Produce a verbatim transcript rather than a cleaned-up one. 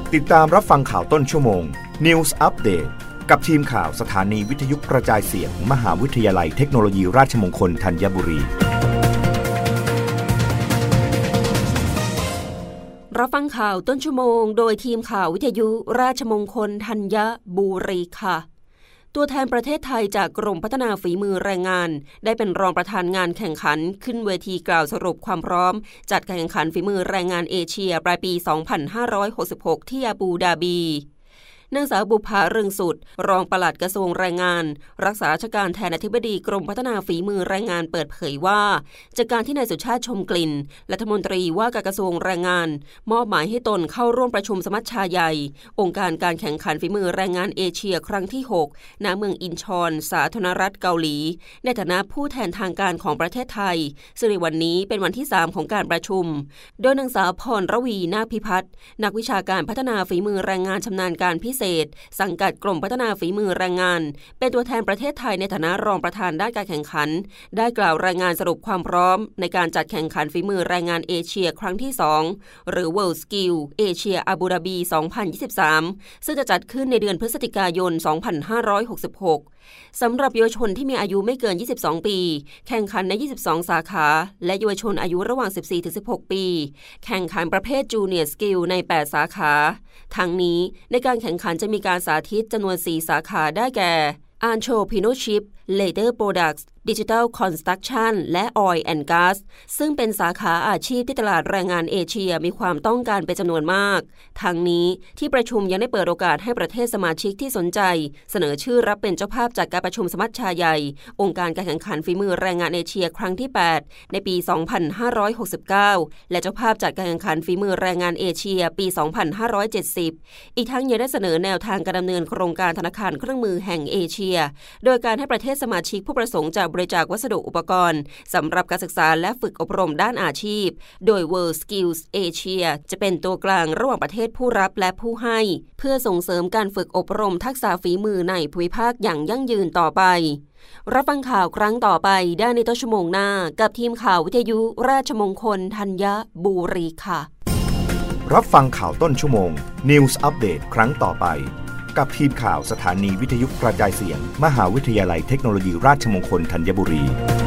ติดตามรับฟังข่าวต้นชั่วโมง News Update กับทีมข่าวสถานีวิทยุกระจายเสียง มหาวิทยาลัยเทคโนโลยีราชมงคลธัญบุรีรับฟังข่าวต้นชั่วโมงโดยทีมข่าววิทยุราชมงคลธัญบุรีค่ะตัวแทนประเทศไทยจากกรมพัฒนาฝีมือแรงงานได้เป็นรองประธานงานแข่งขันขึ้นเวทีกล่าวสรุปความพร้อมจัดการแข่งขันฝีมือแรงงานเอเชียปลายปี สองพันห้าร้อยหกสิบหก ที่อาบูดาบีนางสาวบุภาเรืองสุดรองปลัดกระทรวงแรงงานรักษาราชการแทนอธิบดีกรมพัฒนาฝีมือแรงงานเปิดเผยว่าจากการที่นายสุชาติชมกลิ่นรัฐมนตรีว่าการกระทรวงแรงงานมอบหมายให้ตนเข้าร่วมประชุมสมัชชาใหญ่องค์การการแข่งขันฝีมือแรงงานเอเชียครั้งที่หกณเมืองอินชอนสาธารณรัฐเกาหลีในฐานะผู้แทนทางการของประเทศไทยซึ่งในวันนี้เป็นวันที่สามของการประชุมโดยนางสาวพรรวีนาคพิพัฒน์นักวิชาการพัฒนาฝีมือแรงงานชำนาญการพิเศษสังกัดกรมพัฒนาฝีมือแรงงานเป็นตัวแทนประเทศไทยในฐานะรองประธานด้านการแข่งขันได้กล่าวรายงานสรุปความพร้อมในการจัดแข่งขันฝีมือแรงงานเอเชียครั้งที่สองหรือ World Skill Asia Abu Dhabi สองพันยี่สิบสามซึ่งจะจัดขึ้นในเดือนพฤศจิกายน สองพันห้าร้อยหกสิบหกสำหรับเยาวชนที่มีอายุไม่เกินยี่สิบสองปีแข่งขันในยี่สิบสองสาขาและเยาวชนอายุระหว่าง สิบสี่ถึงสิบหก ปีแข่งขันประเภท Junior Skill ในแปดสาขาทั้งนี้ในการแข่งขันจะมีการสาธิตจำนวนสี่สาขาได้แก่ Entrepreneurship Leather Products Digital Construction และ Oil and Gas ซึ่งเป็นสาขาอาชีพที่ตลาดแรงงานเอเชียมีความต้องการเป็นจำนวนมากทั้งนี้ที่ประชุมยังได้เปิดโอกาสให้ประเทศสมาชิกที่สนใจเสนอชื่อรับเป็นเจ้าภาพจัดการประชุมสมัชชาใหญ่องค์การการแข่งขันฝีมือแรงงานเอเชียครั้งที่แปดในปี สองพันห้าร้อยหกสิบเก้าและเจ้าภาพจัดการแข่งขันฝีมือแรงงานเอเชียปี สองพันห้าร้อยเจ็ดสิบอีกทั้งยังได้เสนอแนวทางการดำเนินโครงการธนาคารเครื่องมือแห่งเอเชียโดยการให้ประเทศสมาชิกผู้ประสงค์จะบริจาควัสดุอุปกรณ์สำหรับการศึกษาและฝึกอบรมด้านอาชีพโดย World Skills Asia จะเป็นตัวกลางระหว่างประเทศผู้รับและผู้ให้เพื่อส่งเสริมการฝึกอบรมทักษะฝีมือในภูมิภาคอย่างยั่งยืนต่อไปรับฟังข่าวครั้งต่อไปได้ในต้นชั่วโมงหน้ากับทีมข่าววิทยุราชมงคลธัญบุรีค่ะรับฟังข่าวต้นชั่วโมง News Update ครั้งต่อไปกับทีมข่าวสถานีวิทยุกระจายเสียง มหาวิทยาลัยเทคโนโลยีราชมงคลธัญบุรี